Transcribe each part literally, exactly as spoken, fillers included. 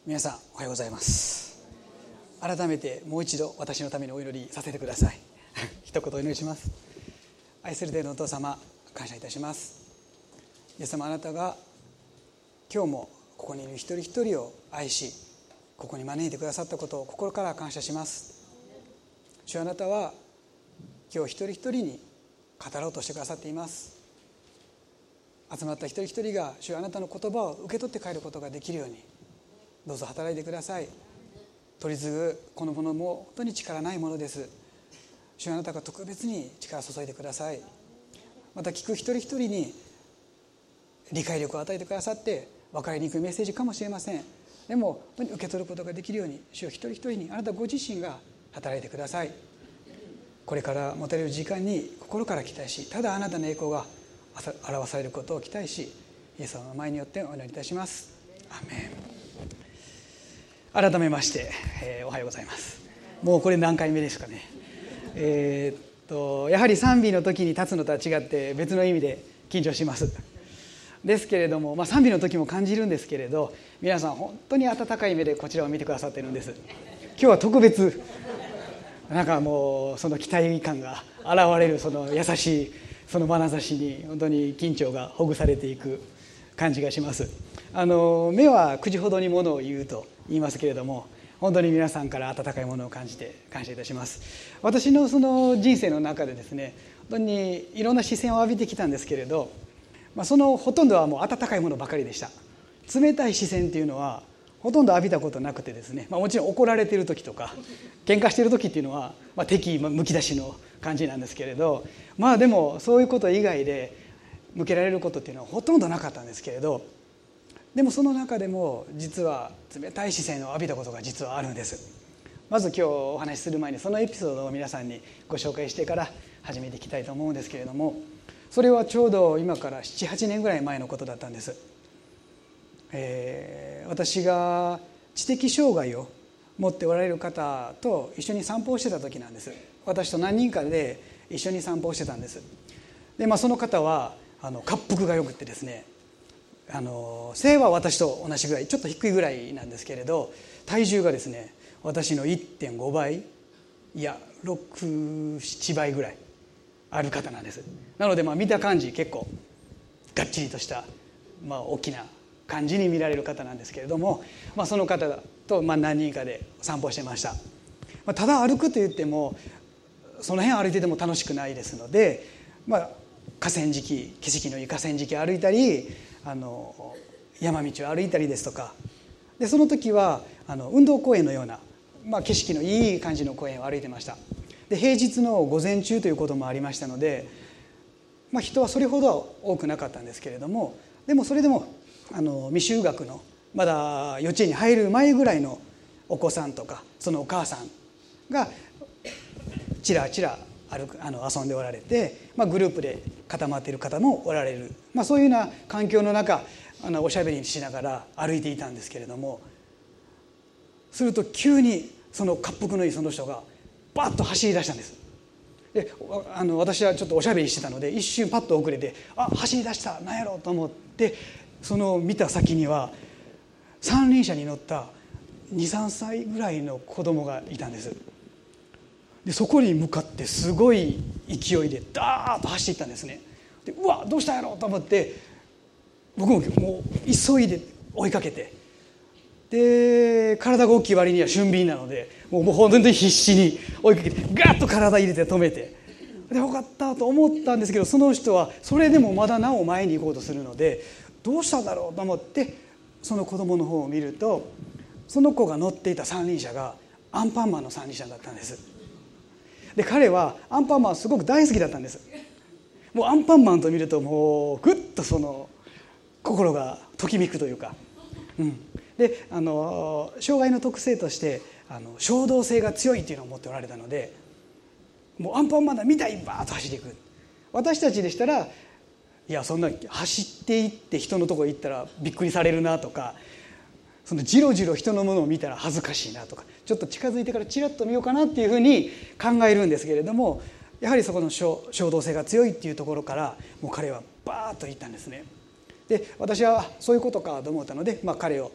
皆さんおはようございます。改めてもう一度私のためにお祈りさせてください一言お祈りします。愛する天のお父様、感謝いたします。イエス様、あなたが今日もここにいる一人一人を愛し、ここに招いてくださったことを心から感謝します。主、あなたは今日一人一人に語ろうとしてくださっています。集まった一人一人が主、あなたの言葉を受け取って帰ることができるようにどうぞ働いてください。取り継ぐこのものも本当に力ないものです。主、あなたが特別に力を注いでください。また聞く一人一人に理解力を与えてくださって、分かりにくいメッセージかもしれません。でも本当に受け取ることができるように、主を一人一人にあなたご自身が働いてください。これから持たれる時間に心から期待し、ただあなたの栄光が表されることを期待し、イエス様の前によってお祈りいたします。アーメン。改めまして、えー、おはようございます。もうこれ何回目ですかね。えー、っとやはり賛美の時に立つのとは違って別の意味で緊張します。ですけれども、まあ、賛美の時も感じるんですけれど、皆さん本当に温かい目でこちらを見てくださっているんです。今日は特別なんかもうその期待感が現れる、その優しいその眼差しに本当に緊張がほぐされていく感じがします。あの目はくじほどにものを言うと言いますけれども、本当に皆さんから温かいものを感じて感謝いたします。私のその人生の中でですね、本当にいろんな視線を浴びてきたんですけれど、まあ、そのほとんどはもう温かいものばかりでした。冷たい視線っていうのはほとんど浴びたことなくてですね、まあ、もちろん怒られている時とか喧嘩している時っていうのは、まあ、敵むき出しの感じなんですけれど、まあでもそういうこと以外で向けられることっていうのはほとんどなかったんですけれど、でもその中でも実は冷たい視線を浴びたことが実はあるんです。まず今日お話しする前にそのエピソードを皆さんにご紹介してから始めていきたいと思うんですけれども、それはちょうど今からななはちねんぐらい前のことだったんです。えー、私が知的障害を持っておられる方と一緒に散歩をしてた時なんです。私と何人かで一緒に散歩をしてたんです。で、まあ、その方はあの滑腹がよくってですね、あの背は私と同じぐらい、ちょっと低いぐらいなんですけれど、体重がですね私の いってんごばい、いやろく、ななばいぐらいある方なんです。なのでまあ見た感じ結構がっちりとした、まあ、大きな感じに見られる方なんですけれども、まあ、その方とまあ何人かで散歩してました。まあ、ただ歩くといってもその辺歩いてても楽しくないですので、まあ、河川敷、景色のいい河川敷歩いたり、あの山道を歩いたりですとかで、その時はあの運動公園のような、まあ、景色のいい感じの公園を歩いてました。で、平日の午前中ということもありましたので、まあ、人はそれほどは多くなかったんですけれども、でもそれでもあの未就学のまだ幼稚園に入る前ぐらいのお子さんとかそのお母さんがちらちら歩くあの遊んでおられて、まあ、グループで固まっている方もおられる、まあ、そういうような環境の中あのおしゃべりしながら歩いていたんですけれども、すると急にその滑腹のいいその人がバッと走り出したんです。であの私はちょっとおしゃべりしてたので一瞬パッと遅れて、あ、走り出した、何やろうと思って、その見た先には三輪車に乗ったにさんさいぐらいの子供がいたんです。でそこに向かってすごい勢いでダーッと走っていったんですね。でうわどうしたんやろうと思って、僕ももう急いで追いかけて、で体が大きい割には俊敏なのでもうもう本当に必死に追いかけてガッと体入れて止めて、でよかったと思ったんですけど、その人はそれでもまだなお前に行こうとするので、どうしたんだろうと思ってその子供の方を見ると、その子が乗っていた三輪車がアンパンマンの三輪車だったんです。で彼はアンパンマンすごく大好きだったんです。もうアンパンマンと見るともうぐっとその心がときめくというか、うん、であの障害の特性としてあの衝動性が強いっていうのを持っておられたので、もうアンパンマンだ見たいバーッと走っていく。私たちでしたら、いやそんな走っていって人のとこ行ったらびっくりされるなとか、そのじろじろ人のものを見たら恥ずかしいなとか、ちょっと近づいてからチラッと見ようかなっていうふうに考えるんですけれども、やはりそこの衝動性が強いっていうところからもう彼はバーッと行ったんですね。で私はそういうことかと思ったので、まあ、彼を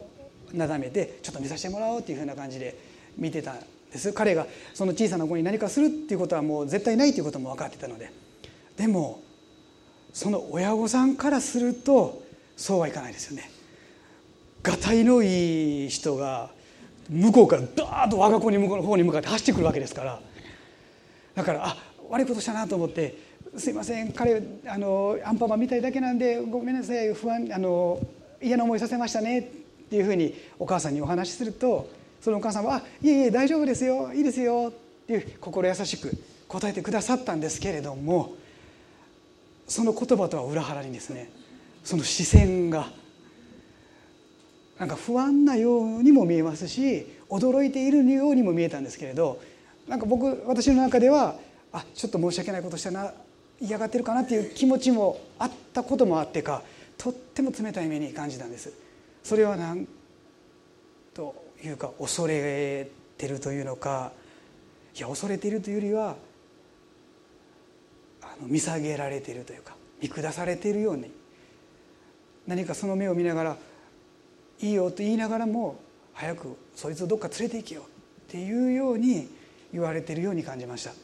なだめてちょっと見させてもらおうっていうふうな感じで見てたんです。彼がその小さな子に何かするっていうことはもう絶対ないということも分かってたので、でもその親御さんからするとそうはいかないですよね。がたいのいい人が向こうからダーッと我が子に向こうの方に向かって走ってくるわけですから、だからあ悪いことしたなと思って、すいません彼あのアンパンマン見たいだけなんでごめんなさい、不安あの嫌な思いさせましたねっていうふうにお母さんにお話しすると、そのお母さんは「あいえいえ大丈夫ですよ、いいですよ」っていう心優しく答えてくださったんですけれども、その言葉とは裏腹にですね、その視線がなんか不安なようにも見えますし、驚いているようにも見えたんですけれど、なんか僕私の中ではあちょっと申し訳ないことしたな、嫌がってるかなっていう気持ちもあったこともあってか、とっても冷たい目に感じたんです。それは何というか恐れてるというのか、いや恐れているというよりはあの見下げられているというか見下されているように、何かその目を見ながらいいよと言いながらも早くそいつをどっか連れて行けよっていうように言われているように感じました。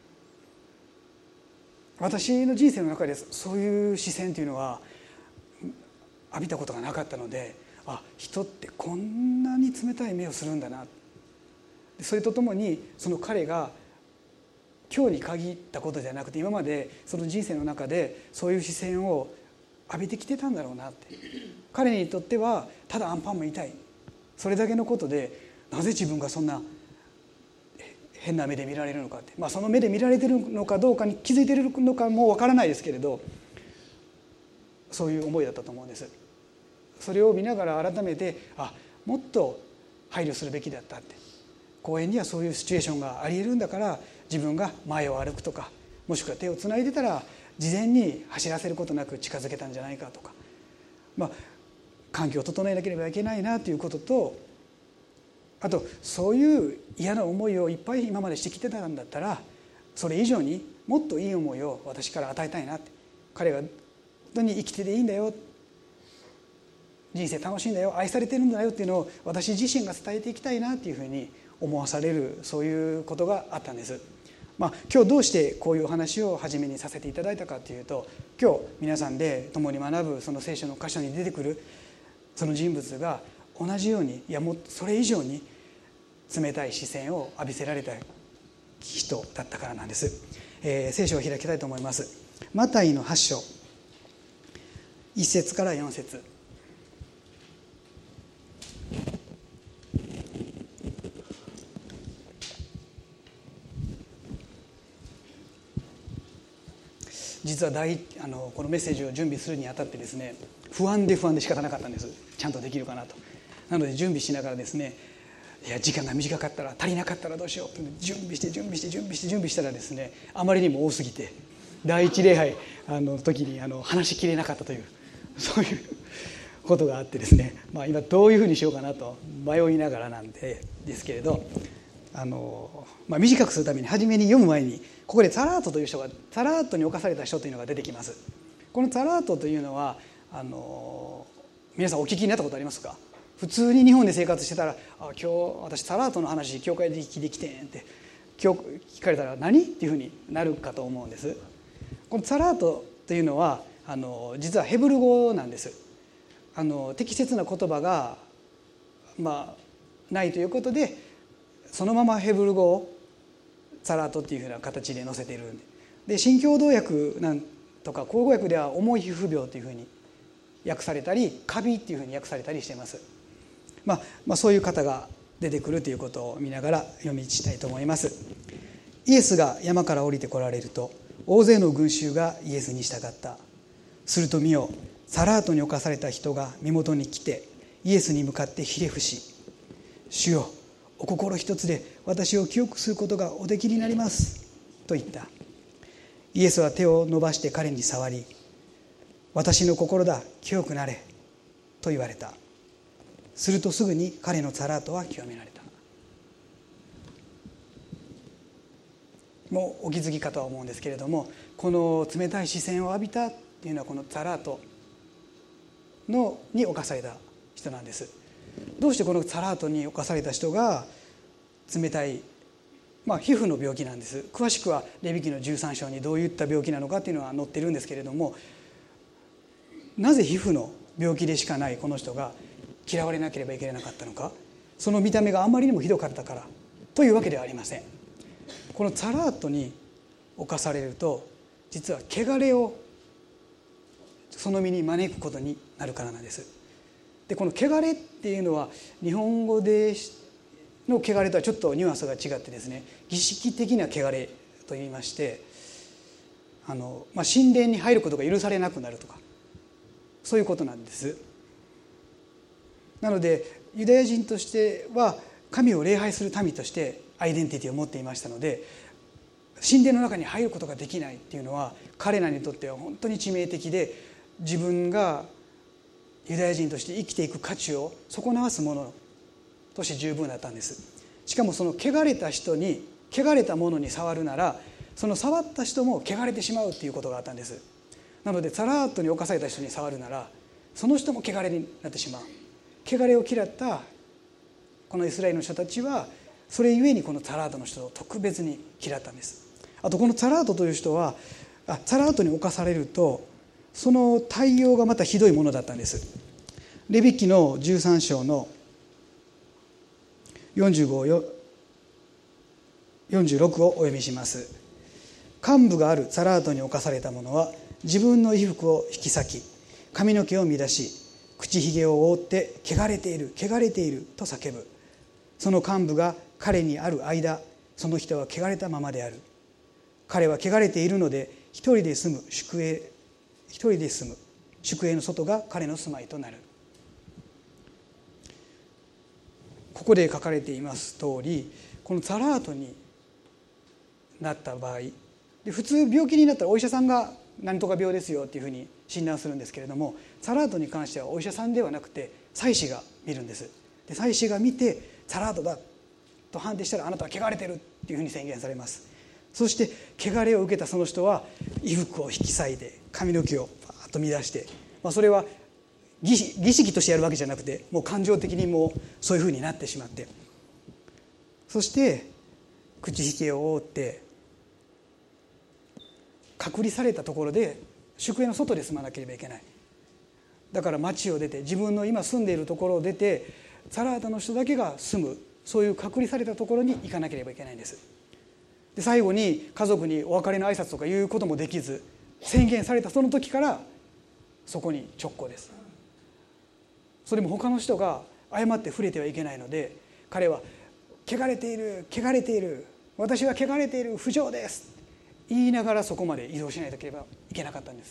私の人生の中でそういう視線というのは浴びたことがなかったので、あ人ってこんなに冷たい目をするんだな、それとともにその彼が今日に限ったことじゃなくて今までその人生の中でそういう視線を浴びてきてたんだろうなって。彼にとってはただアンパンマン痛いそれだけのことで、なぜ自分がそんな変な目で見られるのかって、まあ、その目で見られてるのかどうかに気づいてるのかもわからないですけれど、そういう思いだったと思うんです。それを見ながら改めてあもっと配慮するべきだったって、公園にはそういうシチュエーションがありえるんだから、自分が前を歩くとかもしくは手をつないでたら事前に走らせることなく近づけたんじゃないかとか、まあ環境を整えなければいけないなということと、あとそういう嫌な思いをいっぱい今までしてきてたんだったら、それ以上にもっといい思いを私から与えたいなって、彼が本当に生きてていいんだよ、人生楽しいんだよ、愛されてるんだよっていうのを私自身が伝えていきたいなっていうふうに思わされる、そういうことがあったんです。まあ、今日どうしてこういうお話を初めにさせていただいたかというと、今日皆さんで共に学ぶその聖書の箇所に出てくるその人物が同じように、いやもうそれ以上に冷たい視線を浴びせられた人だったからなんです。えー、聖書を開きたいと思います。マタイのはち章いっ節からよん節。実は大あのこのメッセージを準備するにあたってですね、不安で不安で仕方なかったんです。ちゃんとできるかなと。なので準備しながらですね、いや時間が短かったら、足りなかったらどうしようって準備して準備して準備して準備したらですね、あまりにも多すぎて第一礼拝あの時にあの話しきれなかったという、そういうことがあってですね、まあ、今どういうふうにしようかなと迷いながらなんでですけれど、あの、まあ、短くするために初めに読む前にここでツァラートという人が、ツァラートに侵された人というのが出てきます。このツァラートというのはあの皆さんお聞きになったことありますか？普通に日本で生活してたら、あ今日私ツァラートの話教会で聞いてきてんって今日聞かれたら何っていうふうになるかと思うんです。このツァラートというのはあの実はヘブル語なんです。あの適切な言葉が、まあ、ないということでそのままヘブル語をツァラートっていうふうな形で載せているんで、で新共同訳なんとか口語訳では重い皮膚病というふうに訳されたりカビっていうふうに訳されたりしています。まあ、まあそういう方が出てくるということを見ながら読みしたいと思います。イエスが山から降りてこられると大勢の群衆がイエスに従った。すると見よ、ツァラートに侵された人が身元に来てイエスに向かってひれ伏し、主よお心一つで私を清くすることがおできになりますと言った。イエスは手を伸ばして彼に触り、私の心だ、清くなれと言われた。するとすぐに彼のツァラートは清められた。もうお気づきかとは思うんですけれども、この冷たい視線を浴びたっていうのはこのツァラートのに侵された人なんです。 どうしてこのサラートに侵された人が冷たい、まあ、皮膚の病気なんです。詳しくはレビ記のじゅうさん章にどういった病気なのかっていうのは載ってるんですけれども、なぜ皮膚の病気でしかないこの人が嫌われなければいけなかったのか、その見た目があまりにもひどかったからというわけではありません。このサラートに侵されると実は汚れをその身に招くことになるからなんです。でこの汚れっていうのは日本語での汚れとはちょっとニュアンスが違ってですね、儀式的な汚れといいまして、あの、まあ、神殿に入ることが許されなくなるとか、そういうことなんです。なのでユダヤ人としては神を礼拝する民としてアイデンティティを持っていましたので、神殿の中に入ることができないっていうのは彼らにとっては本当に致命的で、自分がユダヤ人として生きていく価値を損なわすものとして十分だったんです。しかもその汚れた人に、汚れたものに触るなら、その触った人も汚れてしまうっていうことがあったんです。なのでサラートに侵された人に触るなら、その人も汚れになってしまう。汚れを嫌ったこのイスラエルの人たちはそれゆえにこのサラートの人を特別に嫌ったんです。あとこのサラートという人は、あサラートに侵されるとその対応がまたひどいものだったんです。レビ記のじゅうさん章のよんじゅうご、よんじゅうろくをお読みします。幹部があるサラートに侵された者は自分の衣服を引き裂き、髪の毛を乱し、口ひげを覆って汚れている汚れていると叫ぶ。その幹部が彼にある間、その人は汚れたままである。彼は汚れているので、一人で住む宿営一人で住む宿営の外が彼の住まいとなる。ここで書かれています通り、このサラートになった場合で、普通病気になったらお医者さんが何とか病ですよっていうふうに診断するんですけれども、サラートに関してはお医者さんではなくて祭司が見るんです。で祭司が見てサラートだと判定したら、あなたは汚れてるっていうふうに宣言されます。そして汚れを受けたその人は衣服を引き裂いて髪の毛をパーッと乱して、まあ、それは儀式としてやるわけじゃなくて、もう感情的にもうそういうふうになってしまって、そして口ひげを覆って隔離されたところで宿営の外で住まなければいけない。だから町を出て、自分の今住んでいるところを出て、サラートの人だけが住む、そういう隔離されたところに行かなければいけないんです。で最後に家族にお別れの挨拶とか言うこともできず、宣言されたその時からそこに直行です。それも他の人が誤って触れてはいけないので、彼は汚れている汚れている私は汚れている不浄です言いながらそこまで移動しないといけなかったんです。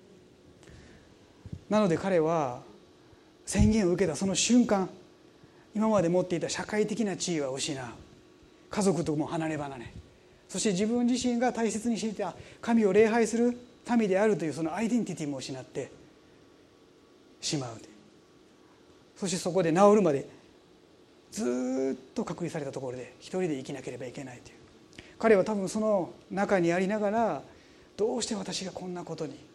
なので彼は宣言を受けたその瞬間、今まで持っていた社会的な地位は失う、家族とも離れ離れ、そして自分自身が大切にしていた神を礼拝する民であるというそのアイデンティティも失ってしまう。そしてそこで治るまでずっと隔離されたところで一人で生きなければいけないという、彼は多分その中にありながら、どうして私がこんなことに、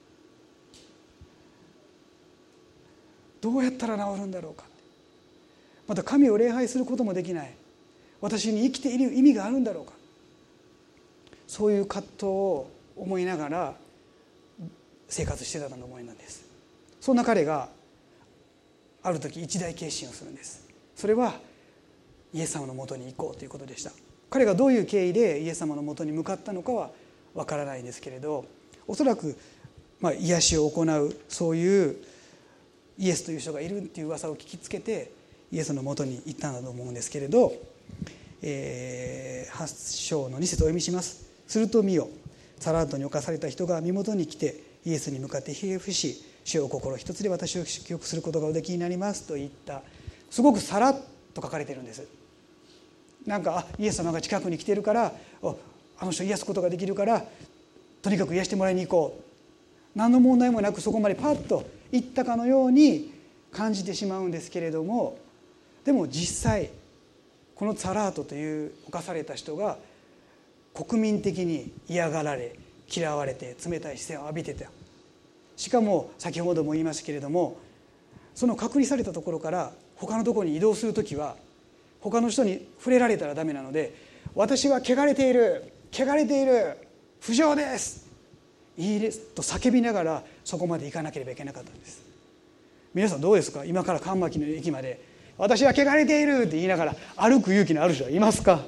どうやったら治るんだろうか、また神を礼拝することもできない私に生きている意味があるんだろうか、そういう葛藤を思いながら生活してたと思いなんです。そんな彼がある時一大決心をするんです。それはイエス様のもとに行こうということでした。彼がどういう経緯でイエス様のもとに向かったのかはわからないんですけれど、おそらくまあ癒しを行うそういうイエスという人がいるっていう噂を聞きつけてイエスのもとに行ったんだと思うんですけれど、えー、はち章のに節をお読みします。すると見よ、サラートに侵された人が身元に来てイエスに向かってひれ伏し、主よ心一つで私を祝福することがおできになりますと言った。すごくさらっと書かれているんです。なんかあイエス様が近くに来てるから、あの人癒すことができるからとにかく癒してもらいに行こう、何の問題もなくそこまでパッと行ったかのように感じてしまうんですけれども、でも実際このサラートという侵された人が国民的に嫌がられ嫌われて冷たい視線を浴びてた。しかも先ほども言いましたけれども、 その隔離されたところから他のところに移動するときは他の人に触れられたらダメなので、私は汚れている、汚れている、不浄ですいいですと叫びながらそこまで行かなければいけなかったんです。皆さんどうですか？今から神巻の駅まで私は汚れているって言いながら歩く勇気のある人はいますか？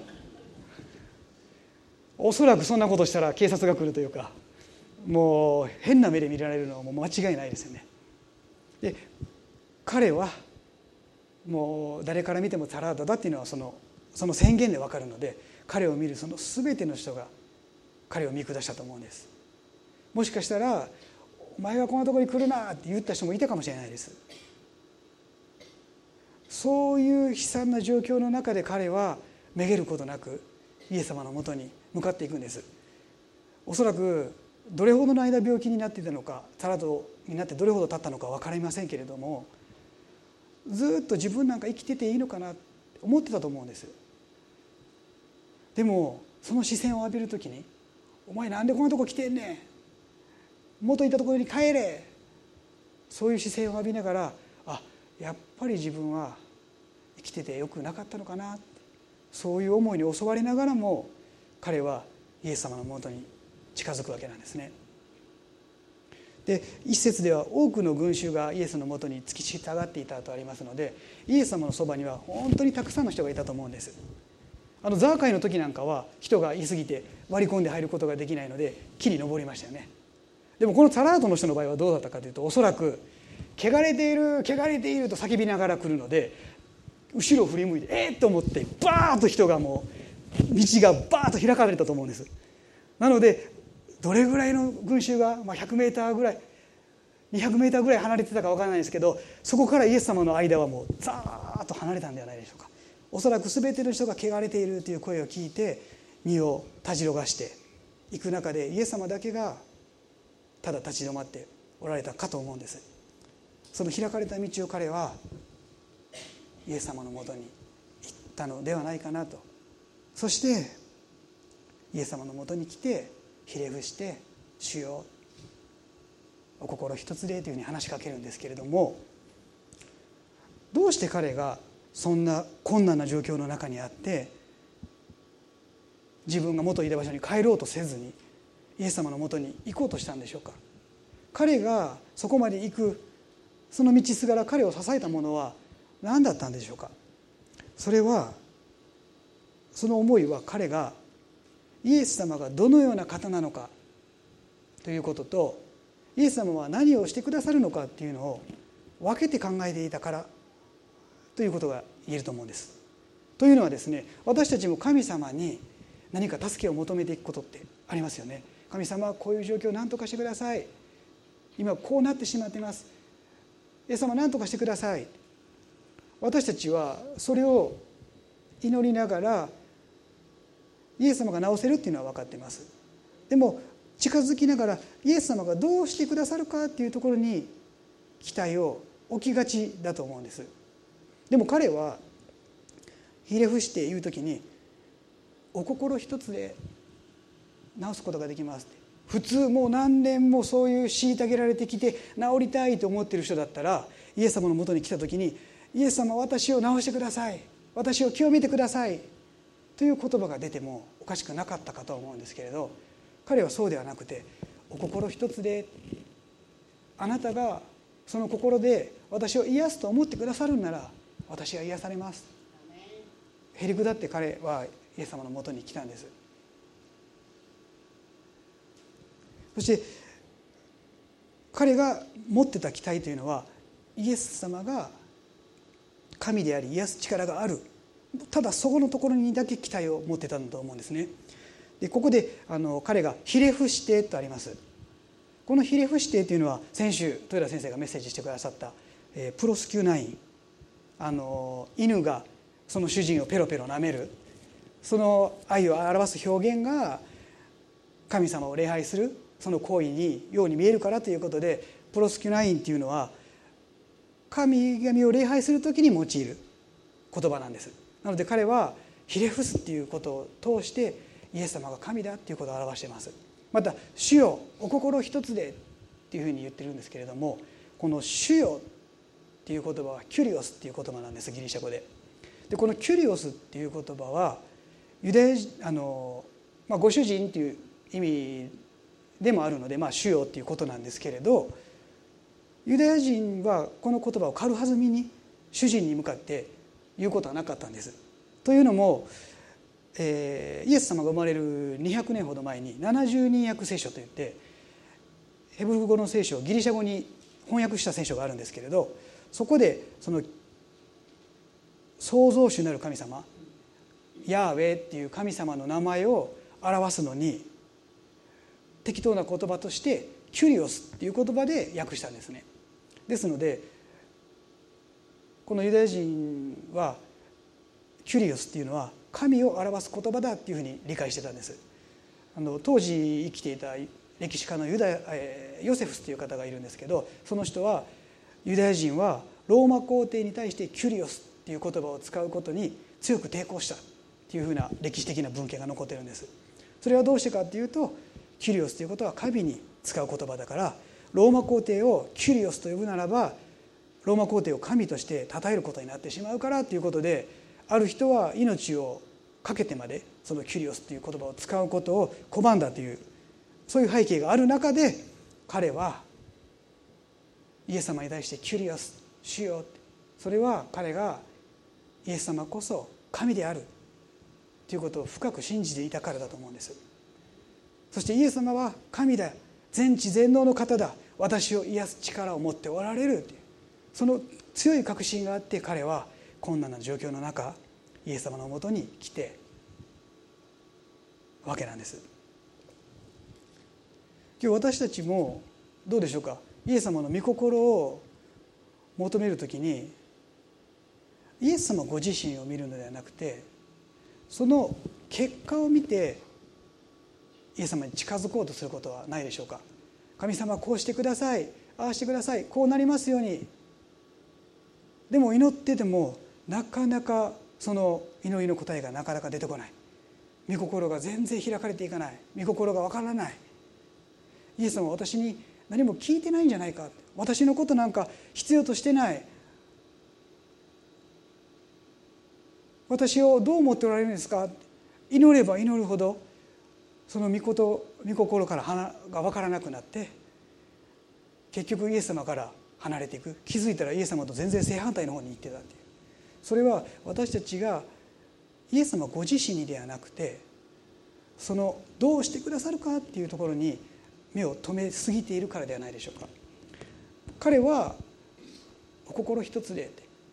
おそらくそんなことしたら警察が来るというか、もう変な目で見られるのはもう間違いないですよね。で彼はもう誰から見てもタラードだっていうのはそのその宣言で分かるので、彼を見るその全ての人が彼を見下したと思うんです。もしかしたらお前がこんなところに来るなって言った人もいたかもしれないです。そういう悲惨な状況の中で彼はめげることなくイエス様のもとに向かっていくんです。おそらくどれほどの間病気になっていたのか、タラードになってどれほど経ったのか分かりませんけれども、ずっと自分なんか生きてていいのかなって思ってたと思うんです。でもその視線を浴びるときに、お前なんでこんなとこ来てんねん、元いたところに帰れ、そういう視線を浴びながら、あ、やっぱり自分は生きててよくなかったのかな、そういう思いに襲われながらも彼はイエス様のもとに近づくわけなんですね。で一節では多くの群衆がイエスのもとに付き従っていたとありますので、イエス様のそばには本当にたくさんの人がいたと思うんです。あのザーカイの時なんかは人がいすぎて割り込んで入ることができないので木に登りましたよね。でもこのタラードの人の場合はどうだったかというと、おそらく汚れている汚れていると叫びながら来るので、後ろを振り向いてえーっと思ってバーッと人がもう道がバーッと開かれたと思うんです。なのでどれぐらいの群衆が、まあ、ひゃくメーターぐらいにひゃくメーターぐらい離れてたか分からないですけど、そこからイエス様の間はもうザーッと離れたんではないでしょうか。おそらく全ての人が汚れているという声を聞いて身をたじろがしていく中で、イエス様だけがただ立ち止まっておられたかと思うんです。その開かれた道を彼はイエス様のもとに行ったのではないかなと。そしてイエス様のもとに来てひれ伏して、主よお心一つでというふうに話しかけるんですけれども、どうして彼がそんな困難な状況の中にあって自分が元いた場所に帰ろうとせずにイエス様のもとに行こうとしたんでしょうか。彼がそこまで行くその道すがら彼を支えたものは何だったんでしょうか。それはその思いは彼がイエス様がどのような方なのかということと、イエス様は何をしてくださるのかっていうのを分けて考えていたからということが言えると思うんです。というのはですね、私たちも神様に何か助けを求めていくことってありますよね。神様、こういう状況を何とかしてください、今こうなってしまっています、イエス様何とかしてください。私たちはそれを祈りながらイエス様が治せるっていうのは分かっています。でも近づきながらイエス様がどうしてくださるかっていうところに期待を置きがちだと思うんです。でも彼はひれ伏して言うときに、お心一つで治すことができますって。普通もう何年もそういう虐げられてきて治りたいと思っている人だったら、イエス様のもとに来たときに、イエス様私を治してください、私を清めてくださいという言葉が出てもおかしくなかったかと思うんですけれど、彼はそうではなくて、お心一つであなたがその心で私を癒すと思ってくださるなら私は癒されます。へりくだって彼はイエス様のもとに来たんです。そして彼が持ってた期待というのは、イエス様が神であり癒す力がある、ただそこのところにだけ期待を持ってたんだと思うんですね。でここであの彼がひれ伏してとあります。このひれ伏してというのは先週豊田先生がメッセージしてくださった、えー、プロスキューナイン、あの犬がその主人をペロペロ舐める、その愛を表す表現が神様を礼拝するその行為にように見えるからということで、プロスキューナインというのは神々を礼拝するときに用いる言葉なんです。なので彼はひれ伏すっていうことを通してイエス様が神だっていうことを表しています。また主よお心一つでっていうふうに言ってるんですけれども、この主よっていう言葉はキュリオスっていう言葉なんです、ギリシャ語で。でこのキュリオスっていう言葉はユダヤ人あの、まあ、ご主人っていう意味でもあるので、まあ、主よっていうことなんですけれど、ユダヤ人はこの言葉を軽はずみに主人に向かって言うことはなかったんです。というのも、えー、イエス様が生まれるにひゃくねんほど前にななじゅうにん訳聖書といってヘブル語の聖書をギリシャ語に翻訳した聖書があるんですけれど、そこでその創造主なる神様ヤーウェっていう神様の名前を表すのに適当な言葉としてキュリオスっていう言葉で訳したんですね。ですのでこのユダヤ人はキュリオスっていうのは神を表す言葉だっていうふうに理解してたんです。あの当時生きていた歴史家のユダヤ、えー、ヨセフスという方がいるんですけど、その人はユダヤ人はローマ皇帝に対してキュリオスっていう言葉を使うことに強く抵抗したっていうふうな歴史的な文献が残ってるんです。それはどうしてかっていうと、キュリオスということは神に使う言葉だから、ローマ皇帝をキュリオスと呼ぶならばローマ皇帝を神として称えることになってしまうからということで、ある人は命を懸けてまでそのキュリオスという言葉を使うことを拒んだという、そういう背景がある中で彼はイエス様に対してキュリオス主よ、それは彼がイエス様こそ神であるということを深く信じていたからだと思うんです。そしてイエス様は神だ、全知全能の方だ、私を癒す力を持っておられるという、その強い確信があって彼は困難な状況の中イエス様のもとに来てわけなんです。今日私たちもどうでしょうか、イエス様の御心を求めるときにイエス様ご自身を見るのではなくて、その結果を見てイエス様に近づこうとすることはないでしょうか。神様こうしてください、ああしてください、こうなりますように。でも祈っててもなかなかその祈りの答えがなかなか出てこない。御心が全然開かれていかない。御心がわからない。イエス様は私に何も聞いてないんじゃないか、私のことなんか必要としてない、私をどう思っておられるんですか。祈れば祈るほどその御事御心から花が分からなくなって、結局イエス様から離れていく。気づいたらイエス様と全然正反対の方に行ってたっていう。それは私たちがイエス様ご自身にではなくて、そのどうしてくださるかっていうところに目を留めすぎているからではないでしょうか。彼はお心一つで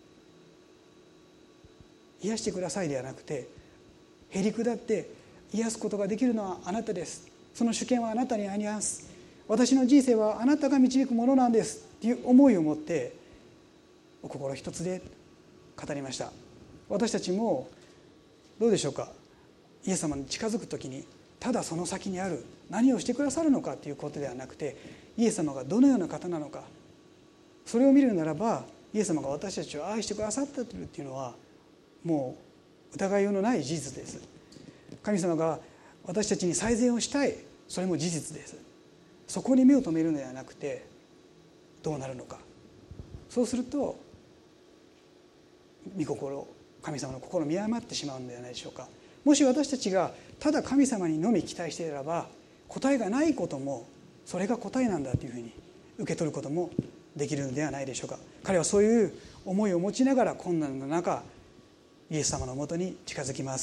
癒してくださいではなくて、へり下って癒すことができるのはあなたです、その主権はあなたにあります、私の人生はあなたが導くものなんですっていう思いを持ってお心一つで語りました。私たちもどうでしょうか、イエス様に近づくときにただその先にある何をしてくださるのかということではなくて、イエス様がどのような方なのか、それを見るならばイエス様が私たちを愛してくださっているというのはもう疑いようのない事実です。神様が私たちに最善をしたい、それも事実です。そこに目を留めるのではなくてどうなるのか、そうすると御心、神様の心を見誤ってしまうのではないでしょうか。もし私たちがただ神様にのみ期待していれば、答えがないこともそれが答えなんだというふうに受け取ることもできるのではないでしょうか。彼はそういう思いを持ちながら困難の中イエス様のもとに近づきます。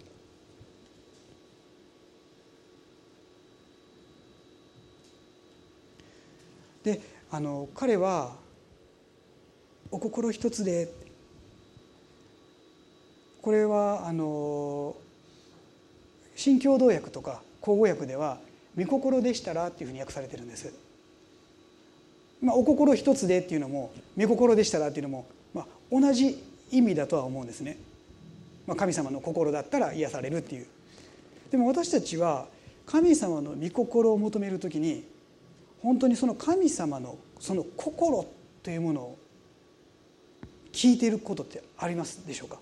であの彼はお心一つで、これはあの新共同訳とか口語訳では御心でしたらっていうふうに訳されてるんです。まあ、お心一つでっていうのも御心でしたらっていうのも、まあ、同じ意味だとは思うんですね。まあ、神様の心だったら癒されるっていう。でも私たちは神様の御心を求めるときに本当にその神様のその心というものを聞いていることってありますでしょうか。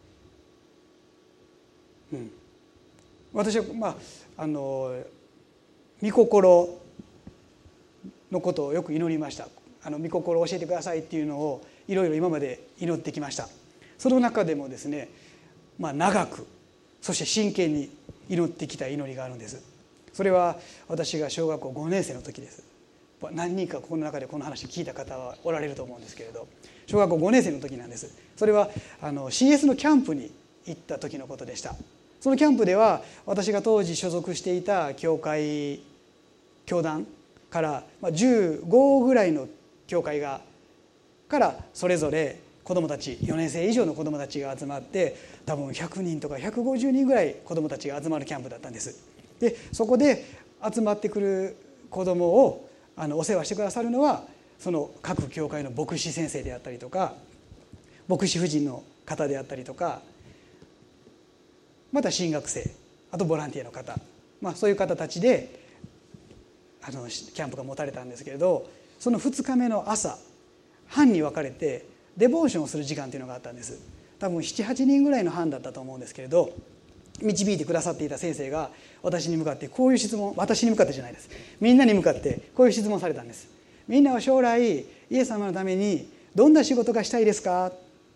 うん、私はまああの御心のことをよく祈りました。 あの御心を教えてくださいっていうのをいろいろ今まで祈ってきました。その中でもですね、まあ、長くそして真剣に祈ってきた祈りがあるんです。それは私が小学校ごねん生の時です。何人かこの中でこの話聞いた方はおられると思うんですけれど、小学校ごねん生の時なんです。それはあの シーエス のキャンプに行った時のことでした。そのキャンプでは私が当時所属していた教会教団からじゅうごぐらいの教会がからそれぞれ子どもたちよねん生以上の子どもたちが集まって、多分ひゃくにんとかひゃくごじゅうにんぐらい子どもたちが集まるキャンプだったんです。でそこで集まってくる子どもをあのお世話してくださるのはその各教会の牧師先生であったりとか牧師夫人の方であったりとか、また進学生、あとボランティアの方、まあ、そういう方たちであのキャンプが持たれたんですけれど、そのふつかめの朝班に分かれてデボーションをする時間というのがあったんです。多分ななはちにんぐらいの班だったと思うんですけれど、導いてくださっていた先生が私に向かってこういう質問、私に向かってじゃないです、みんなに向かってこういう質問されたんです。みんなは将来イエス様のためにどんな仕事がしたいですか。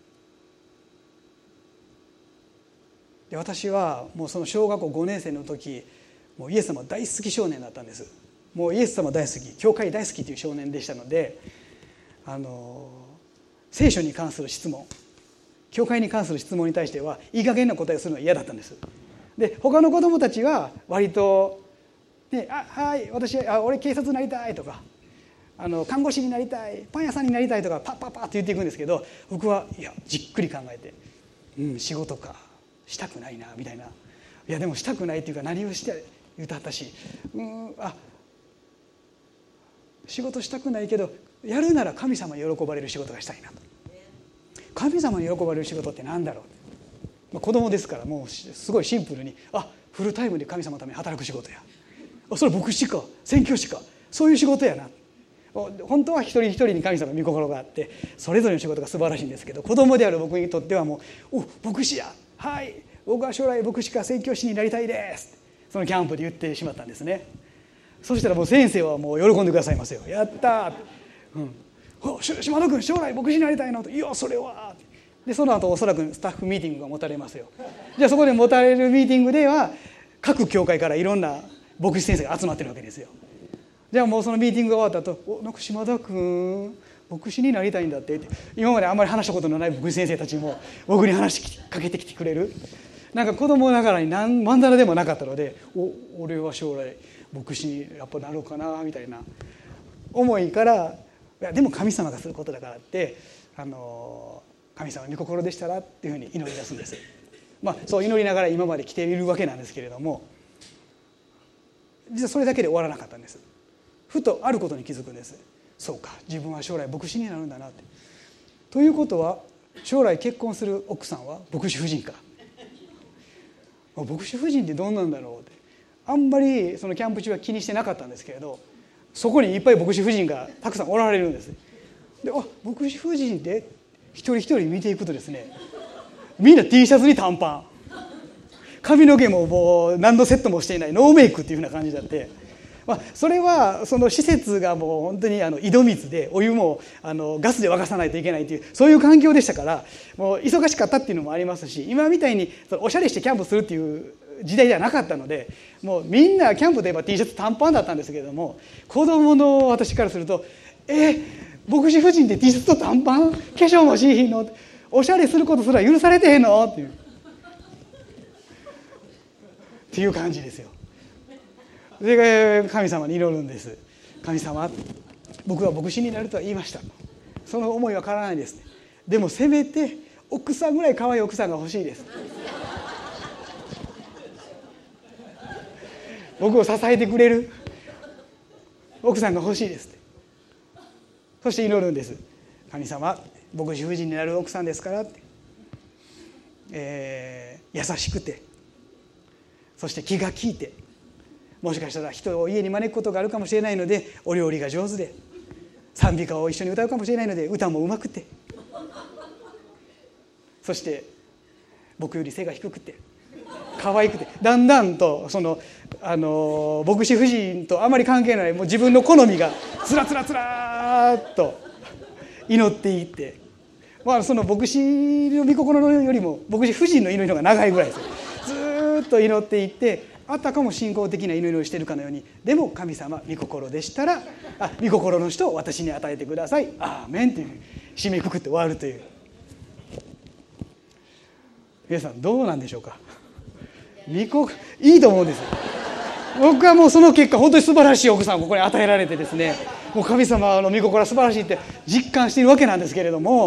で私はもうその小学校ごねん生の時、もうイエス様大好き少年だったんです。もうイエス様大好き、教会大好きという少年でしたので、あの聖書に関する質問、教会に関する質問に対してはいい加減な答えをするのは嫌だったんです。で他の子どもたちは割と、ね、あはい私あ俺警察になりたいとか、あの看護師になりたい、パン屋さんになりたいとかパッパッパッと言っていくんですけど、僕はいやじっくり考えて、うん仕事かしたくないなみたいな、いやでもしたくないっていうか何をして言うたったし、うんあ仕事したくないけどやるなら神様に喜ばれる仕事がしたいなと。神様に喜ばれる仕事って何だろう、まあ、子供ですからもうすごいシンプルに、あフルタイムで神様のために働く仕事や、あそれ牧師か宣教師かそういう仕事やな。本当は一人一人に神様の御心があってそれぞれの仕事が素晴らしいんですけど、子供である僕にとってはもうお牧師や、はい僕は将来牧師か宣教師になりたいですそのキャンプで言ってしまったんですね。そしたらもう先生はもう喜んでくださいますよ。やったー、うん島田君将来牧師になりたいのと、いやそれはでその後おそらくスタッフミーティングが持たれますよ。じゃあそこで持たれるミーティングでは各教会からいろんな牧師先生が集まってるわけですよ。じゃあもうそのミーティングが終わった後、おなんか島田君牧師になりたいんだってって、今まであんまり話したことのない牧師先生たちも僕に話しかけてきてくれる。なんか子供ながらに何まんざらでもなかったので、お俺は将来牧師にやっぱなろうかなみたいな思いから、いやでも神様がすることだからってあの神様の御心でしたらっていうふうに祈り出すんです。まあそう祈りながら今まで来ているわけなんですけれども、実はそれだけで終わらなかったんです。ふとあることに気づくんです。そうか自分は将来牧師になるんだなって。ということは将来結婚する奥さんは牧師夫人か。牧師夫人ってどんなんだろうってあんまりそのキャンプ中は気にしてなかったんですけれど、そこにいっぱい牧師夫人がたくさんおられるんです。であ牧師夫人で一人一人見ていくとですね、みんな T シャツに短パン、髪の毛ももう何のセットもしていないノーメイクっていう風な感じだって、まあ、それはその施設がもう本当にあの井戸水でお湯もあのガスで沸かさないといけないというそういう環境でしたから、もう忙しかったっていうのもありますし、今みたいにおしゃれしてキャンプするっていう時代ではなかったので、もうみんなキャンプといえば T シャツ短パンだったんですけれども、子供の私からするとえ牧師夫人で T シャツと短パン化粧もしいひんの、おしゃれすることすら許されてへんのっていうっていう感じですよ。で神様に祈るんです。神様僕は牧師になるとは言いました、その思いは変わらないです、でもせめて奥さんぐらい可愛い奥さんが欲しいです僕を支えてくれる奥さんが欲しいですって。そして祈るんです。神様牧師夫人になる奥さんですからって、えー、優しくてそして気が利いて、もしかしたら人を家に招くことがあるかもしれないのでお料理が上手で、賛美歌を一緒に歌うかもしれないので歌もうまくて、そして僕より背が低くて可愛くて、だんだんとそのあの牧師夫人とあまり関係ないもう自分の好みがつらつらつらっと祈っていって、まあ、その牧師の御心のよりも牧師夫人の祈りの方が長いぐらいですよ。ずっと祈っていって、あたかも信仰的な祈りをしているかのように、でも神様御心でしたらあ御心の人を私に与えてください、アーメンという締めくくって終わるという。皆さんどうなんでしょうか。御心いいと思うんです。僕はもうその結果本当に素晴らしい奥さんをここに与えられてですね、もう神様の御心は素晴らしいって実感しているわけなんですけれども、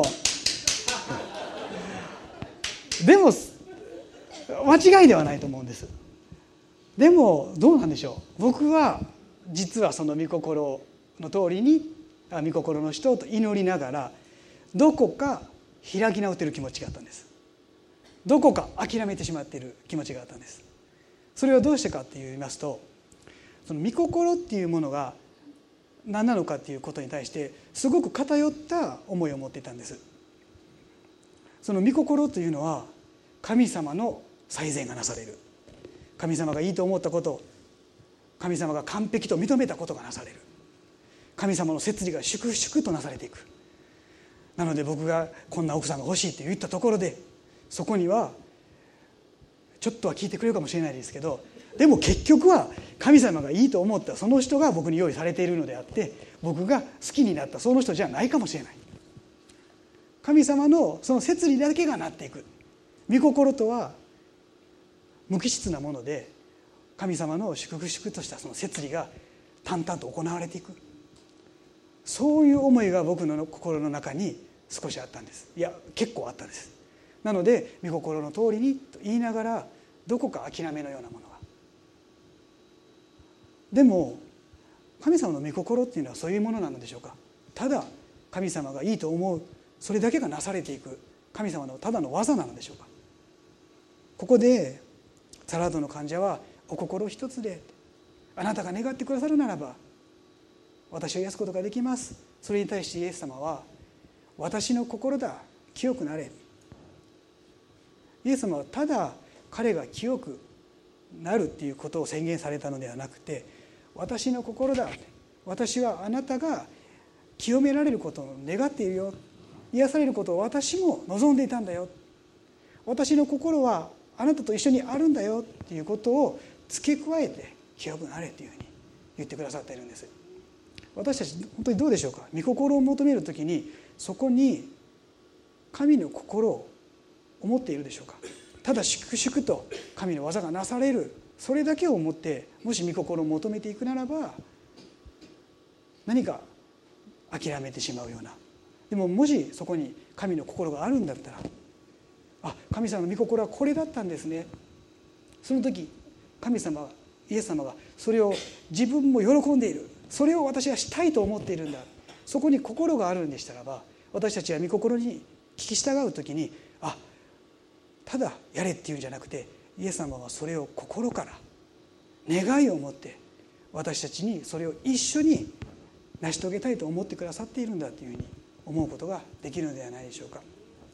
でも間違いではないと思うんです。でもどうなんでしょう。僕は実はその御心の通りに御心の人と祈りながら、どこか開き直っている気持ちがあったんです。どこか諦めてしまっている気持ちがあったんです。それはどうしてかって言いますと、その御心っていうものが何なのかっていうことに対してすごく偏った思いを持っていたんです。その御心というのは神様の最善がなされる、神様がいいと思ったこと、神様が完璧と認めたことがなされる、神様の摂理が粛々となされていく。なので僕がこんな奥さんが欲しいって言ったところで、そこにはちょっとは聞いてくれるかもしれないですけど、でも結局は神様がいいと思ったその人が僕に用意されているのであって、僕が好きになったその人じゃないかもしれない。神様のその摂理だけがなっていく。御心とは無機質なもので、神様の粛々としたその摂理が淡々と行われていく。そういう思いが僕の心の中に少しあったんです。いや結構あったんです。なので御心の通りにと言いながら、どこか諦めのようなものが。でも神様の御心っていうのはそういうものなのでしょうか。ただ神様がいいと思うそれだけがなされていく神様のただの技なのでしょうか。ここでサラートの患者はお心一つで、あなたが願ってくださるならば私を癒すことができます。それに対してイエス様は、私の心だ清くなれ。イエス様はただ彼が清くなるっていうことを宣言されたのではなくて、私の心だ、私はあなたが清められることを願っているよ、癒されることを私も望んでいたんだよ、私の心はあなたと一緒にあるんだよっていうことを付け加えて清くなれというふうに言ってくださっているんです。私たち本当にどうでしょうか。御心を求めるときにそこに神の心を思っているでしょうか。ただ粛々と神の技がなされる、それだけを思ってもし御心を求めていくならば、何か諦めてしまうような。でももしそこに神の心があるんだったら、あ、神様の御心はこれだったんですね。その時神様イエス様がそれを自分も喜んでいる、それを私はしたいと思っているんだ、そこに心があるんでしたらば、私たちは御心に聞き従う時に、あ、ただやれっていうんじゃなくて、イエス様はそれを心から願いを持って私たちにそれを一緒に成し遂げたいと思ってくださっているんだというふうに思うことができるのではないでしょうか。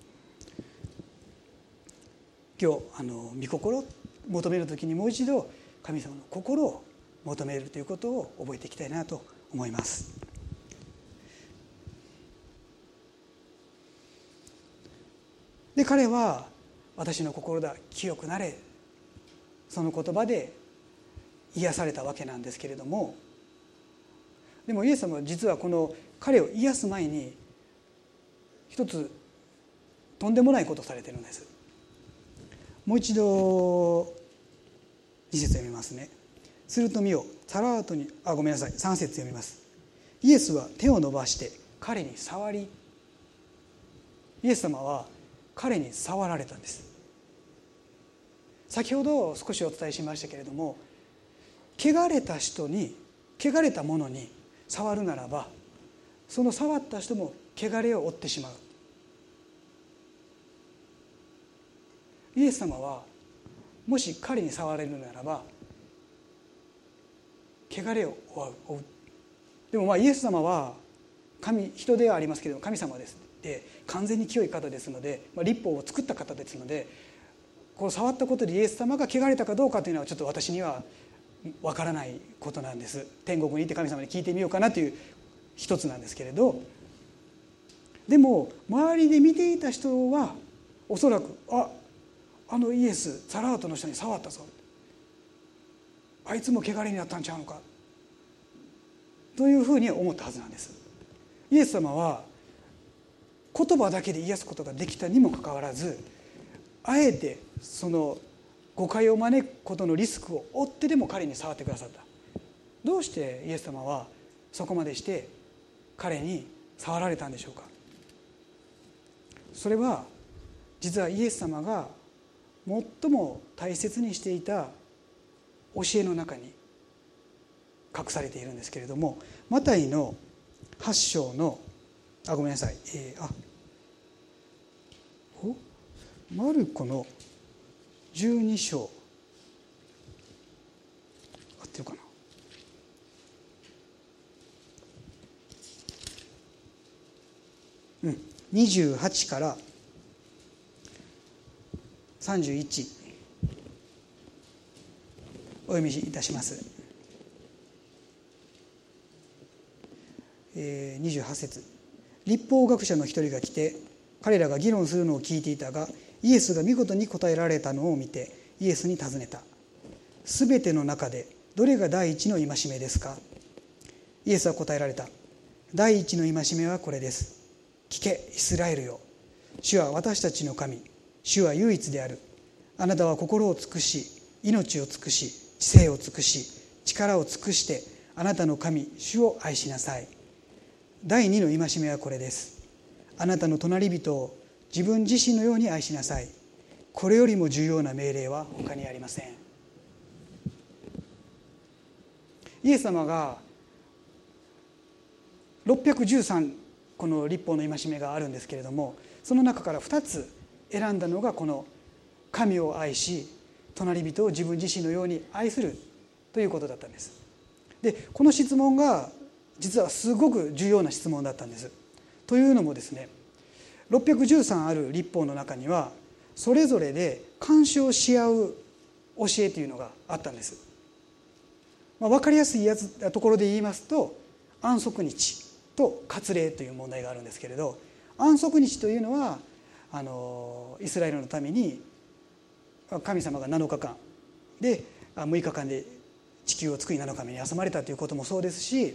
今日あの御心を求めるときにもう一度神様の心を求めるということを覚えていきたいなと思います。で彼は私の心だ清くなれ、その言葉で癒されたわけなんですけれども、でもイエス様は実はこの彼を癒す前に一つとんでもないことをされているんです。もう一度に節読みますね。すると見よ、サラートにあごめんなさいさん節読みます。イエスは手を伸ばして彼に触り、イエス様は彼に触られたんです。先ほど少しお伝えしましたけれども、汚れた人に汚れたものに触るならば、その触った人も汚れを負ってしまう。イエス様はもし彼に触れるならば汚れを負う。でもまあイエス様は神人ではありますけれども神様です。で完全に清い方ですので、まあ、律法を作った方ですので、 こう触ったことでイエス様が汚れたかどうかというのはちょっと私にはわからないことなんです。天国に行って神様に聞いてみようかなという一つなんですけれど、でも周りで見ていた人はおそらくああのイエスサラートの人に触ったぞ、あいつも汚れになったんちゃうのかというふうに思ったはずなんです。イエス様は言葉だけで癒すことができたにもかかわらず、あえてその誤解を招くことのリスクを負ってでも彼に触ってくださった。どうしてイエス様はそこまでして彼に触られたんでしょうか。それは実はイエス様が最も大切にしていた教えの中に隠されているんですけれども、マタイのはち章のあごめんなさい、えー、あおマルコのじゅうに章合ってるかな、うん、にじゅうはちからさんじゅういちお読みいたします。えー、にじゅうはち節、律法学者の一人が来て彼らが議論するのを聞いていたが、イエスが見事に答えられたのを見てイエスに尋ねた。すべての中でどれが第一の戒めですか。イエスは答えられた。第一の戒めはこれです。聞けイスラエルよ、主は私たちの神、主は唯一である。あなたは心を尽くし、命を尽くし、知性を尽くし、力を尽くしてあなたの神主を愛しなさい。第二の戒めはこれです。あなたの隣人を自分自身のように愛しなさい。これよりも重要な命令は他にありません。イエス様がろっぴゃくじゅうさんこの律法の戒めがあるんですけれども、その中からふたつ選んだのがこの神を愛し隣人を自分自身のように愛するということだったんです。でこの質問が実はすごく重要な質問だったんです。というのもですね、ろっぴゃくじゅうさんある律法の中にはそれぞれで干渉し合う教えというのがあったんです。まあ、分かりやすいやつところで言いますと、安息日と割礼という問題があるんですけれど、安息日というのはあのイスラエルのために神様がなのかかんでむいかかんで地球を作りなのかめに休まれたということもそうですし、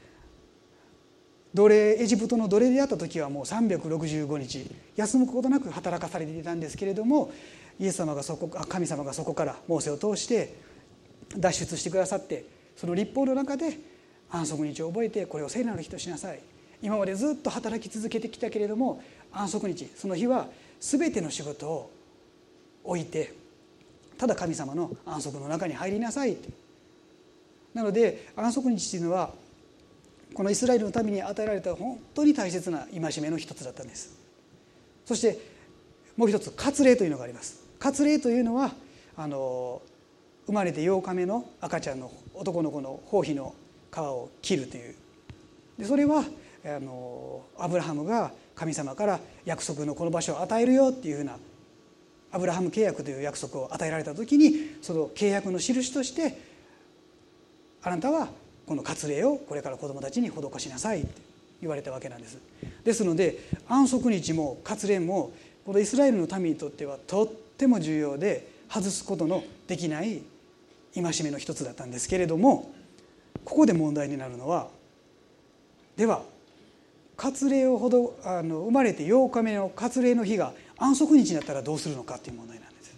奴隷エジプトの奴隷であった時はもうさんびゃくろくじゅうごにち休むことなく働かされていたんですけれども、イエス様がそこ神様がそこからモーセを通して脱出してくださって、その律法の中で安息日を覚えてこれを聖なる日としなさい。今までずっと働き続けてきたけれども安息日、その日は全ての仕事を置いてただ神様の安息の中に入りなさい。なので安息日というのはこのイスラエルのために与えられた本当に大切な戒めの一つだったんです。そしてもう一つ割礼というのがあります。割礼というのはあの生まれてようかめの赤ちゃんの男の子の包皮の皮を切るという、でそれはあのアブラハムが神様から約束のこの場所を与えるよっていうふうなアブラハム契約という約束を与えられた時に、その契約の印としてあなたはこの割礼をこれから子どもたちに施しなさいって言われたわけなんです。ですので安息日も割礼もこのイスラエルの民にとってはとっても重要で外すことのできない戒めの一つだったんですけれども、ここで問題になるのは、では割礼をほどあの生まれてようかめの割礼の日が安息日になったらどうするのかという問題なんです。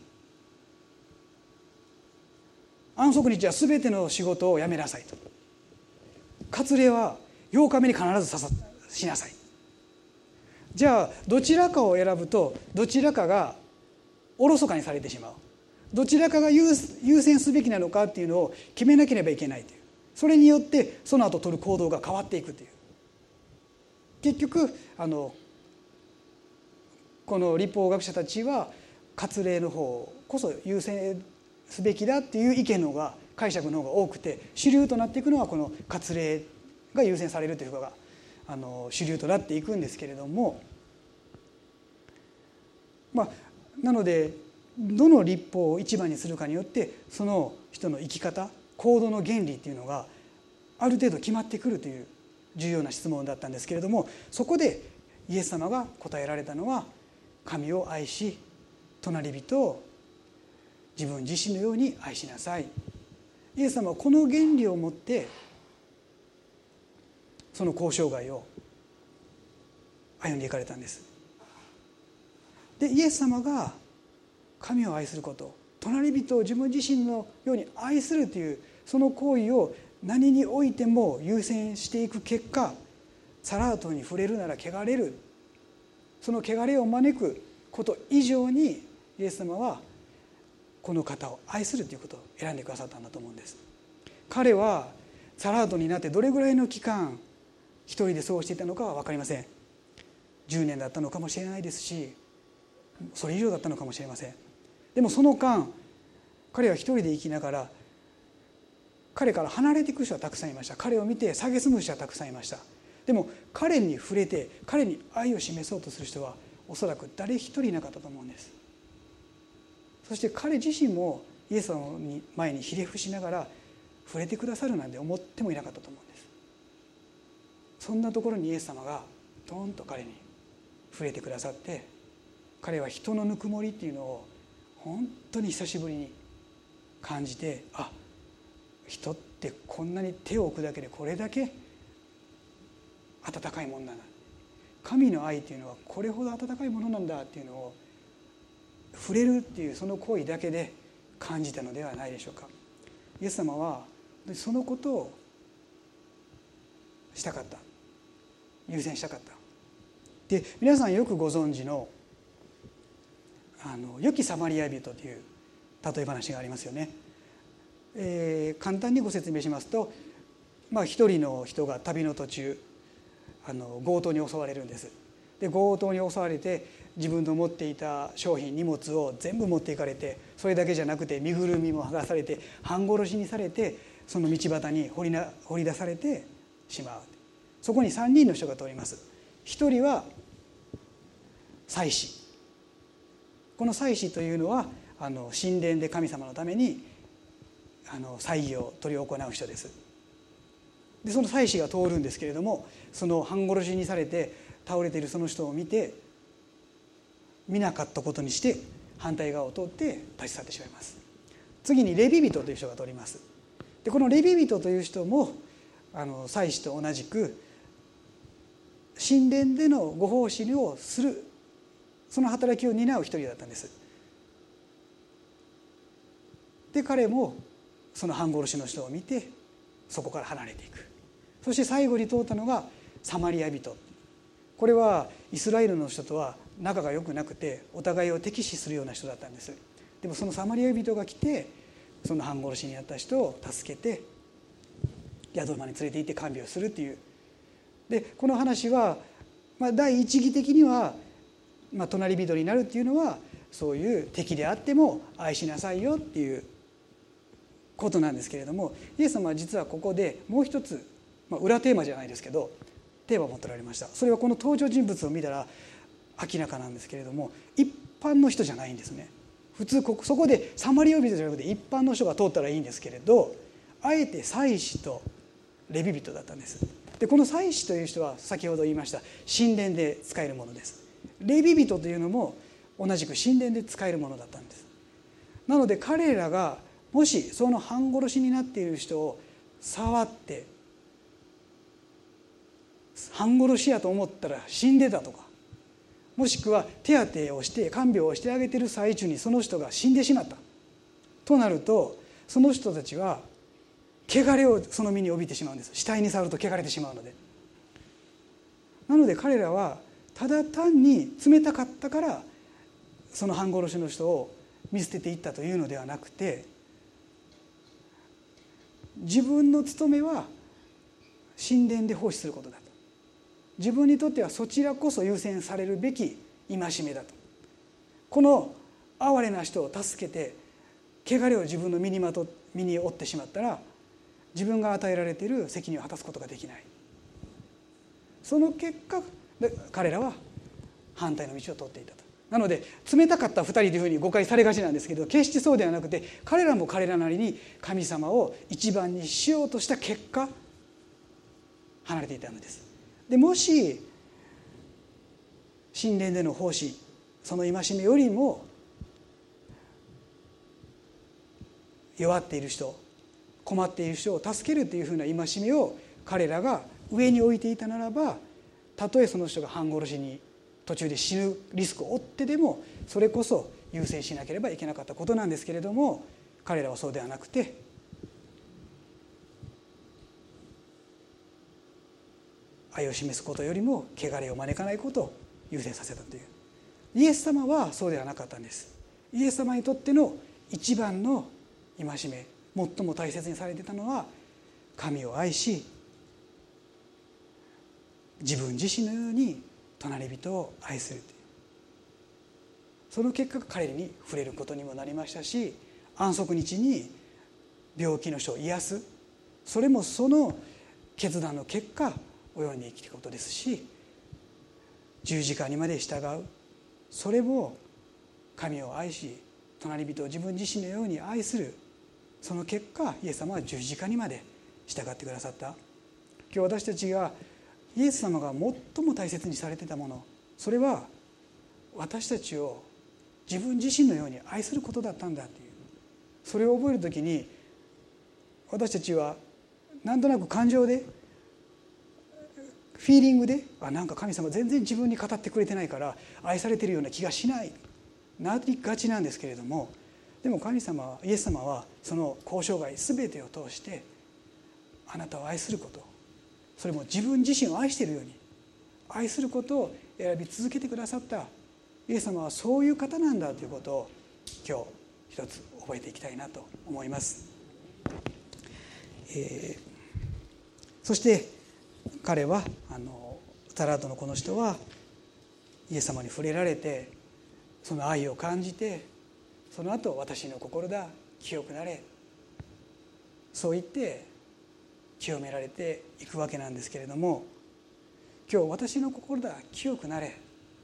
安息日は全ての仕事をやめなさいと、割礼はようかめに必ずささしなさい。じゃあどちらかを選ぶとどちらかがおろそかにされてしまう、どちらかが優先すべきなのかっていうのを決めなければいけないという、それによってその後取る行動が変わっていくという、結局あのこの律法学者たちは割礼の方こそ優先すべきだっていう意見の方が解釈の方が多くて、主流となっていくのはこの割礼が優先されるというかがあの主流となっていくんですけれども、まあなのでどの律法を一番にするかによってその人の生き方、行動の原理っていうのがある程度決まってくるという重要な質問だったんですけれども、そこでイエス様が答えられたのは、神を愛し隣人を自分自身のように愛しなさい。イエス様はこの原理を持ってその交渉外を歩んでいかれたんです。でイエス様が神を愛すること、隣人を自分自身のように愛するというその行為を何においても優先していく結果、サラートに触れるなら汚れる、その汚れを招くこと以上にイエス様はこの方を愛するということを選んでくださったんだと思うんです。彼はサラートになってどれぐらいの期間一人で過ごしていたのかは分かりません。じゅうねんだったのかもしれないですし、それ以上だったのかもしれません。でもその間彼は一人で生きながら、彼から離れていく人はたくさんいました。彼を見て蔑む人はたくさんいました。でも彼に触れて彼に愛を示そうとする人はおそらく誰一人いなかったと思うんです。そして彼自身もイエス様の前にひれ伏しながら触れてくださるなんて思ってもいなかったと思うんです。そんなところにイエス様がトーンと彼に触れてくださって、彼は人のぬくもりっていうのを本当に久しぶりに感じて、あ、人ってこんなに手を置くだけでこれだけ温かいものなんだ、神の愛っていうのはこれほど温かいものなんだっていうのを触れるっていうその行為だけで感じたのではないでしょうか。イエス様はそのことをしたかった、優先したかった。で皆さんよくご存知のあの良きサマリア人という例え話がありますよね。えー、簡単にご説明しますと、まあ、一人の人が旅の途中あの強盗に襲われるんです。で強盗に襲われて自分の持っていた商品荷物を全部持っていかれて、それだけじゃなくて身ぐるみも剥がされて半殺しにされて、その道端に掘りな掘り出されてしまう。そこにさんにんの人が通ります。一人は祭司。この祭司というのはあの神殿で神様のためにあの祭儀を執り行う人です。でその祭司が通るんですけれども、その半殺しにされて倒れているその人を見て、見なかったことにして反対側を通って立ち去ってしまいます。次にレビ人という人が通ります。でこのレビ人という人もあの祭司と同じく神殿でのご奉仕をする、その働きを担う一人だったんです。で彼もその半殺しの人を見てそこから離れていく。そして最後に通ったのがサマリア人。これはイスラエルの人とは仲が良くなくてお互いを敵視するような人だったんです。でもそのサマリア人が来てその半殺しにあった人を助けて宿場に連れて行って看病するという。でこの話は、まあ、第一義的には、まあ、隣人になるっていうのはそういう敵であっても愛しなさいよっていうことなんですけれども、イエス様は実はここでもう一つ、まあ、裏テーマじゃないですけどテーマを持っておられました。それはこの登場人物を見たら明らかなんですけれども、一般の人じゃないんですね。普通ここそこでサマリア人じゃなくて一般の人が通ったらいいんですけれど、あえて祭司とレビ人だったんです。でこの祭司という人は先ほど言いました神殿で使えるものです。レビ人というのも同じく神殿で使えるものだったんです。なので彼らがもしその半殺しになっている人を触って半殺しやと思ったら死んでたとか、もしくは手当てをして看病をしてあげている最中にその人が死んでしまったとなると、その人たちは汚れをその身に帯びてしまうんです。死体に触ると汚れてしまうので。なので彼らはただ単に冷たかったからその半殺しの人を見捨てていったというのではなくて、自分の務めは神殿で奉仕することだと、自分にとってはそちらこそ優先されるべき戒めだと、この哀れな人を助けて汚れを自分の身にまと身に負ってしまったら自分が与えられている責任を果たすことができない。その結果彼らは反対の道を通っていたと。 なので冷たかったふたりというふうに誤解されがちなんですけど、決してそうではなくて、彼らも彼らなりに神様を一番にしようとした結果離れていたのです。でもし神殿での奉仕、その戒めよりも弱っている人、困っている人を助けるというふうな戒めを彼らが上に置いていたならば、たとえその人が半殺しに途中で死ぬリスクを負ってでもそれこそ優先しなければいけなかったことなんですけれども、彼らはそうではなくて、愛を示すことよりも汚れを招かないことを優先させたという。イエス様はそうではなかったんです。イエス様にとっての一番の戒め、最も大切にされていたのは神を愛し、自分自身のように隣人を愛するという、その結果が彼に触れることにもなりましたし、安息日に病気の人を癒す、それもその決断の結果及んで生きることですし、十字架にまで従う、それも神を愛し隣人を自分自身のように愛する、その結果イエス様は十字架にまで従ってくださった。今日私たちがイエス様が最も大切にされていたもの、それは私たちを自分自身のように愛することだったんだという、それを覚えるときに私たちはなんとなく感情で、フィーリングで、あ、なんか神様全然自分に語ってくれてないから愛されているような気がしない、なりがちなんですけれども、でも神様は、イエス様はその交渉外全てを通してあなたを愛すること、それも自分自身を愛しているように愛することを選び続けてくださったイエス様はそういう方なんだということを今日一つ覚えていきたいなと思います。えー、そして彼はあのサラートのこの人はイエス様に触れられて、その愛を感じて、その後私の心だ清くなれ、そう言って清められていくわけなんですけれども、今日私の心だ清くなれ、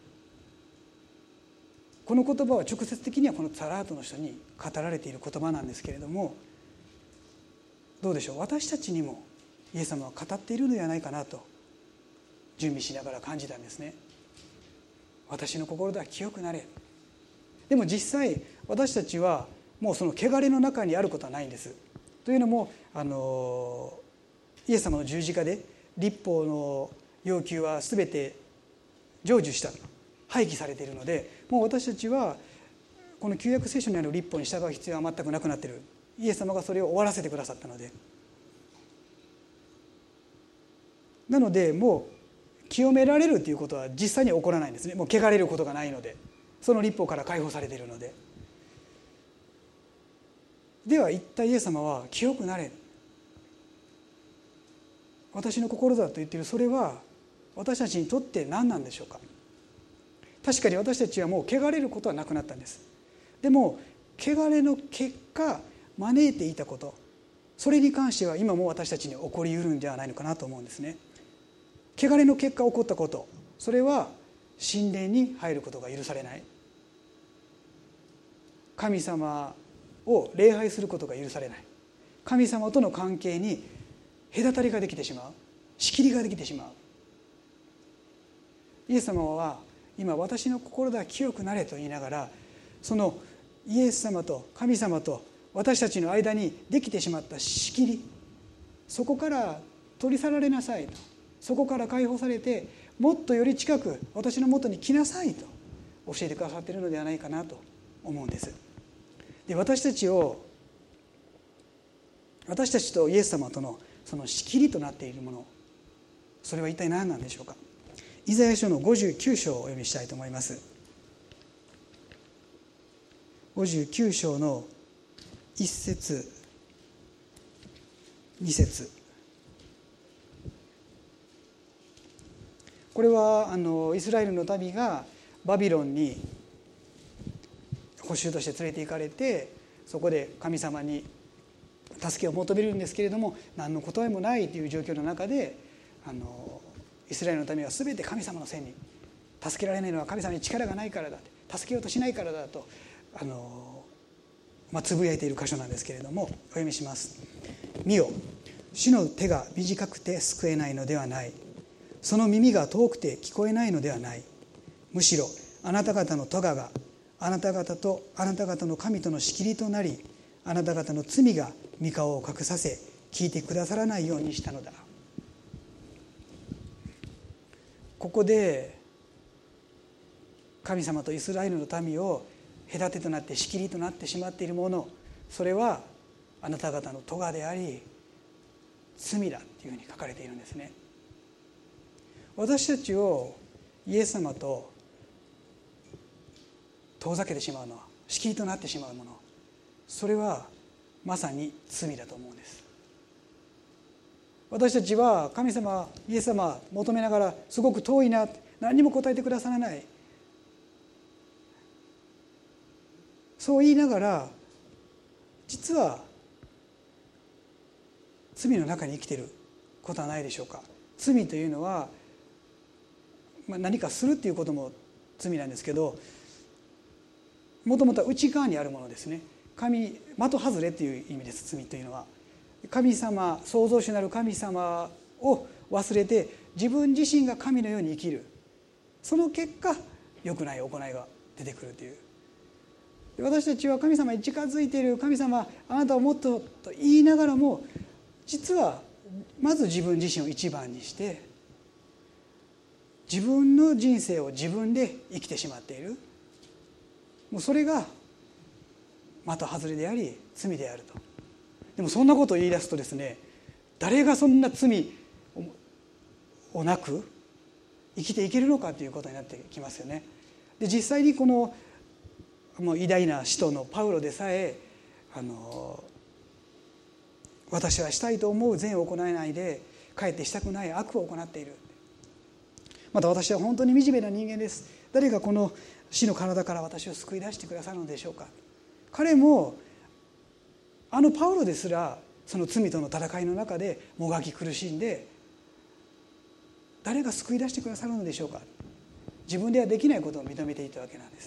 この言葉は直接的にはこのサラートの人に語られている言葉なんですけれども、どうでしょう、私たちにもイエス様は語っているのではないかなと準備しながら感じたんですね。私の心だ清くなれ。でも実際私たちはもうその汚れの中にあることはないんです。というのもあのイエス様の十字架で律法の要求は全て成就した、廃棄されているので、もう私たちはこの旧約聖書にある律法に従う必要は全くなくなっている。イエス様がそれを終わらせてくださったので、なのでもう清められるということは実際には起こらないんですね。もう汚れることがないので、その律法から解放されているので。では一体イエス様は清くなれ、私の心だと言っている、それは私たちにとって何なんでしょうか。確かに私たちはもう汚れることはなくなったんです。でも汚れの結果招いていたこと、それに関しては今も私たちに起こりうるんではないのかなと思うんですね。汚れの結果起こったこと、それは神殿に入ることが許されない、神様を礼拝することが許されない、神様との関係に隔たりができてしまう、仕切りができてしまう。イエス様は今私の心だ清くなれと言いながら、そのイエス様と神様と私たちの間にできてしまった仕切り、そこから取り去られなさいと、そこから解放されてもっとより近く私のもとに来なさいと教えてくださっているのではないかなと思うんです。で、私たちを私たちとイエス様とのその仕切りとなっているもの、それは一体何なんでしょうか。イザヤ書のごじゅうきゅう章をお読みしたいと思います。ごじゅうきゅう章のいっ節に節、これはあのイスラエルの民がバビロンに捕囚として連れて行かれて、そこで神様に助けを求めるんですけれども、何の答えもないという状況の中で、あのイスラエルの民は全て神様のせいに、助けられないのは神様に力がないからだって、 助けようとしないからだとあの、まあ、つぶやいている箇所なんですけれども、お読みします。見よ、主の手が短くて救えないのではない。その耳が遠くて聞こえないのではない。むしろあなた方の咎があなた方とあなた方の神との仕切りとなり、あなた方の罪が御顔を隠させ聞いてくださらないようにしたのだ。ここで神様とイスラエルの民を隔てとなって仕切りとなってしまっているもの、それはあなた方の咎であり罪だというふうに書かれているんですね。私たちをイエス様と遠ざけてしまうのは、仕切りとなってしまうもの、それはまさに罪だと思うんです。私たちは神様、イエス様求めながらすごく遠いな、何にも答えてくださらない、そう言いながら実は罪の中に生きていることはないでしょうか。罪というのは、まあ、何かするっていうことも罪なんですけど、もともとは内側にあるものですね。神的外れっていう意味です。罪というのは神様、創造主なる神様を忘れて自分自身が神のように生きる、その結果良くない行いが出てくるという。私たちは神様に近づいている、神様あなたをもっとと言いながらも、実はまず自分自身を一番にして自分の人生を自分で生きてしまっている。もうそれが的外れであり罪であると。でもそんなことを言い出すとですね、誰がそんな罪をなく生きていけるのかということになってきますよね。で実際にこのもう偉大な使徒のパウロでさえ、あの私はしたいと思う善を行えないでかえってしたくない悪を行っている。また私は本当に惨めな人間です。誰がこの死の体から私を救い出してくださるのでしょうか。彼もあのパウロですらその罪との戦いの中でもがき苦しんで、誰が救い出してくださるのでしょうか。自分ではできないことを認めていたわけなんです。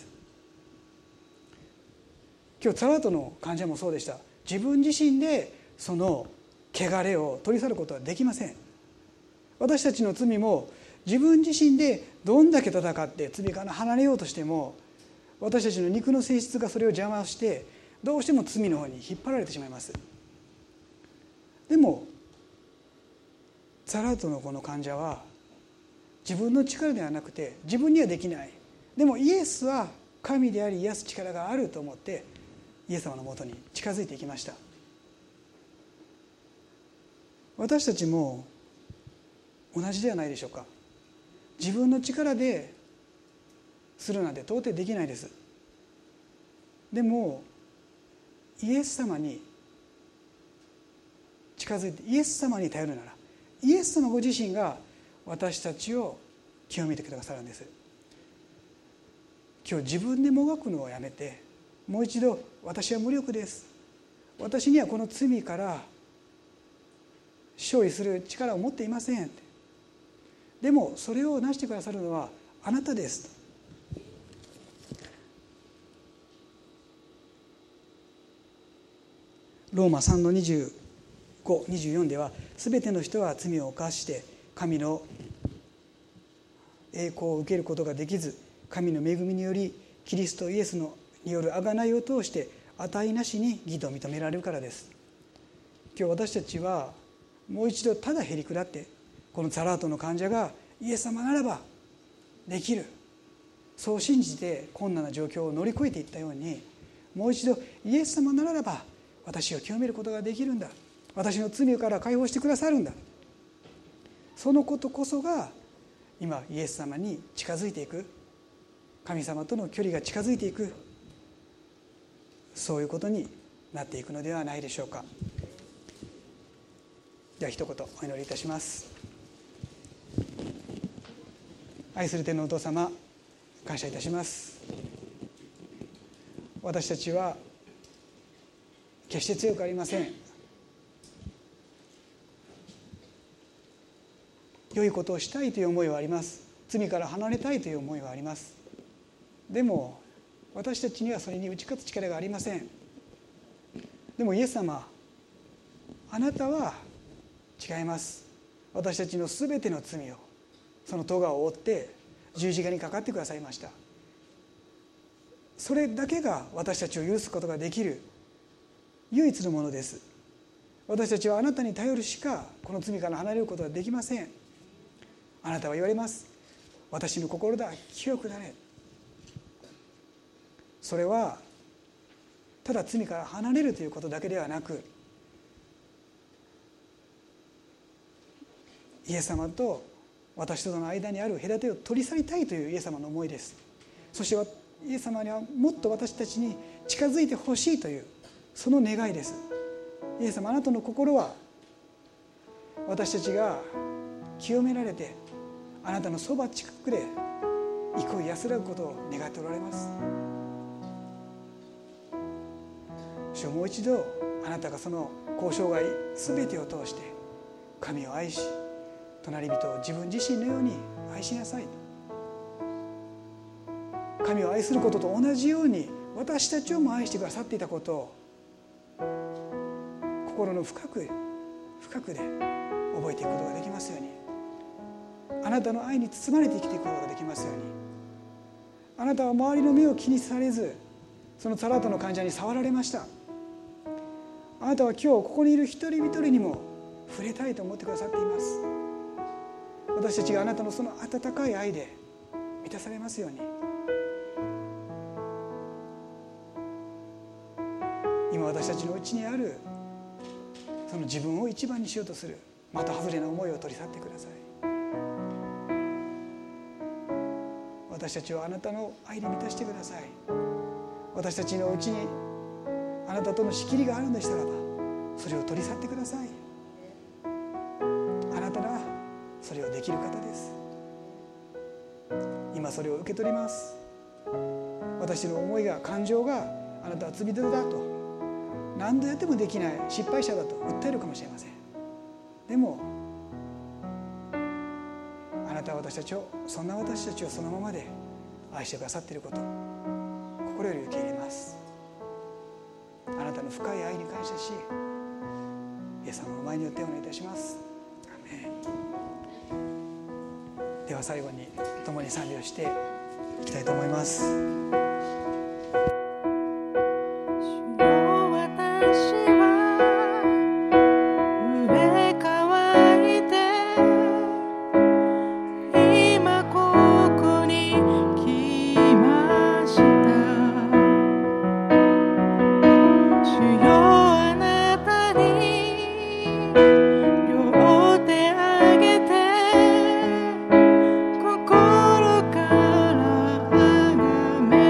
今日ツァラートの患者もそうでした。自分自身でその汚れを取り去ることはできません。私たちの罪も自分自身でどんだけ戦って罪から離れようとしても、私たちの肉の性質がそれを邪魔してどうしても罪の方に引っ張られてしまいます。でもツァラートのこの患者は自分の力ではなくて、自分にはできない、でもイエスは神であり癒す力があると思ってイエス様のもとに近づいていきました。私たちも同じではないでしょうか。自分の力でするなんて到底できないです。でもイエス様に近づいてイエス様に頼るなら、イエス様ご自身が私たちを清めてくださるんです。今日自分でもがくのをやめて、もう一度私は無力です、私にはこの罪から勝利する力を持っていません、でもそれをなしてくださるのはあなたです。ローマさんのにじゅうご、にじゅうよんでは、すべての人は罪を犯して神の栄光を受けることができず、神の恵みによりキリストイエスのによる贖いを通して値なしに義と認められるからです。今日私たちはもう一度ただへりくだって、このツァラートの患者がイエス様ならばできる、そう信じて困難な状況を乗り越えていったように、もう一度イエス様ならば私を清めることができるんだ、私の罪から解放してくださるんだ、そのことこそが今イエス様に近づいていく、神様との距離が近づいていく、そういうことになっていくのではないでしょうか。では一言お祈りいたします。愛する天のお父様、感謝いたします。私たちは決して強くありません。良いことをしたいという思いはあります。罪から離れたいという思いはあります。でも私たちにはそれに打ち勝つ力がありません。でもイエス様、あなたは違います。私たちのすべての罪を、その咎を負って十字架にかかってくださいました。それだけが私たちを許すことができる唯一のものです。私たちはあなたに頼るしかこの罪から離れることはできません。あなたは言われます。私の心だ、清くなれ。それはただ罪から離れるということだけではなく、イエス様と私との間にある隔てを取り去りたいというイエス様の思いです。そしてイエス様にはもっと私たちに近づいてほしいというその願いです。イエス様、あなたの心は私たちが清められてあなたのそば近くで憩い安らぐことを願っておられます。主よ、もう一度あなたがその交渉外すべてを通して神を愛し、隣人を自分自身のように愛しなさい。神を愛することと同じように私たちをも愛してくださっていたことを心の深く深くで覚えていくことができますように、あなたの愛に包まれて生きていくことができますように。あなたは周りの目を気にされず、そのサラートの患者に触られました。あなたは今日ここにいる一人一人にも触れたいと思ってくださっています。私たちがあなたのその温かい愛で満たされますように。今私たちのうちにあるその自分を一番にしようとするまた外れな思いを取り去ってください。私たちをあなたの愛で満たしてください。私たちのうちにあなたとの仕切りがあるんでしたらば、それを取り去ってください。あなたがそれをできる方です。今それを受け取ります。私の思いが、感情があなたは罪人だと、何度やってもできない失敗者だと訴えるかもしれません。でもあなたは私たちを、そんな私たちをそのままで愛してくださっていることを心より受け入れます。あなたの深い愛に感謝し、イエス様の前によってお願いいたします。アーメン。では最後に共に賛美をしていきたいと思います。 心からあがめ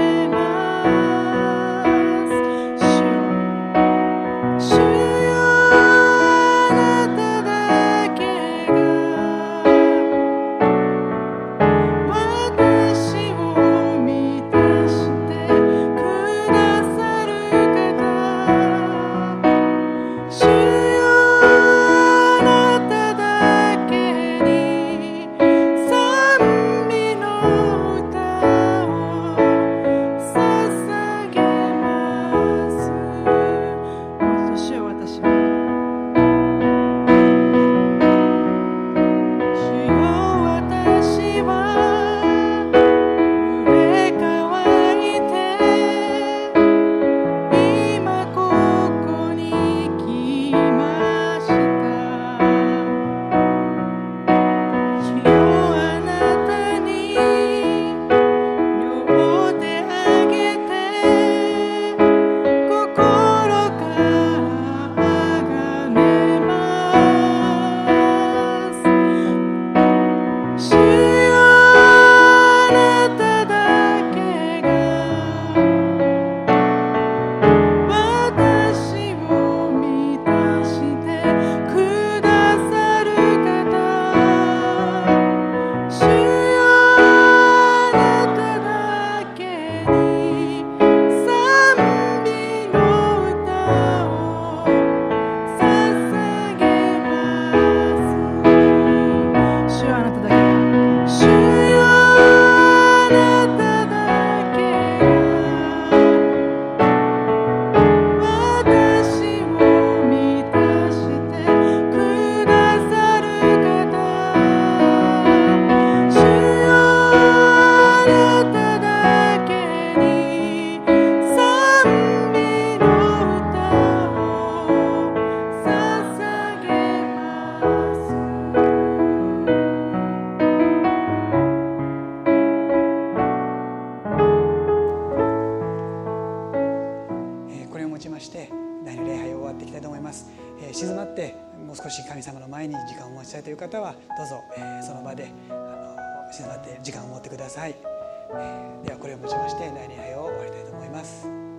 し神様の前に時間を持ちたいという方はどうぞ、えー、その場であの静まって時間を持ってください。えー、ではこれをもちましてだいに杯を終わりたいと思います。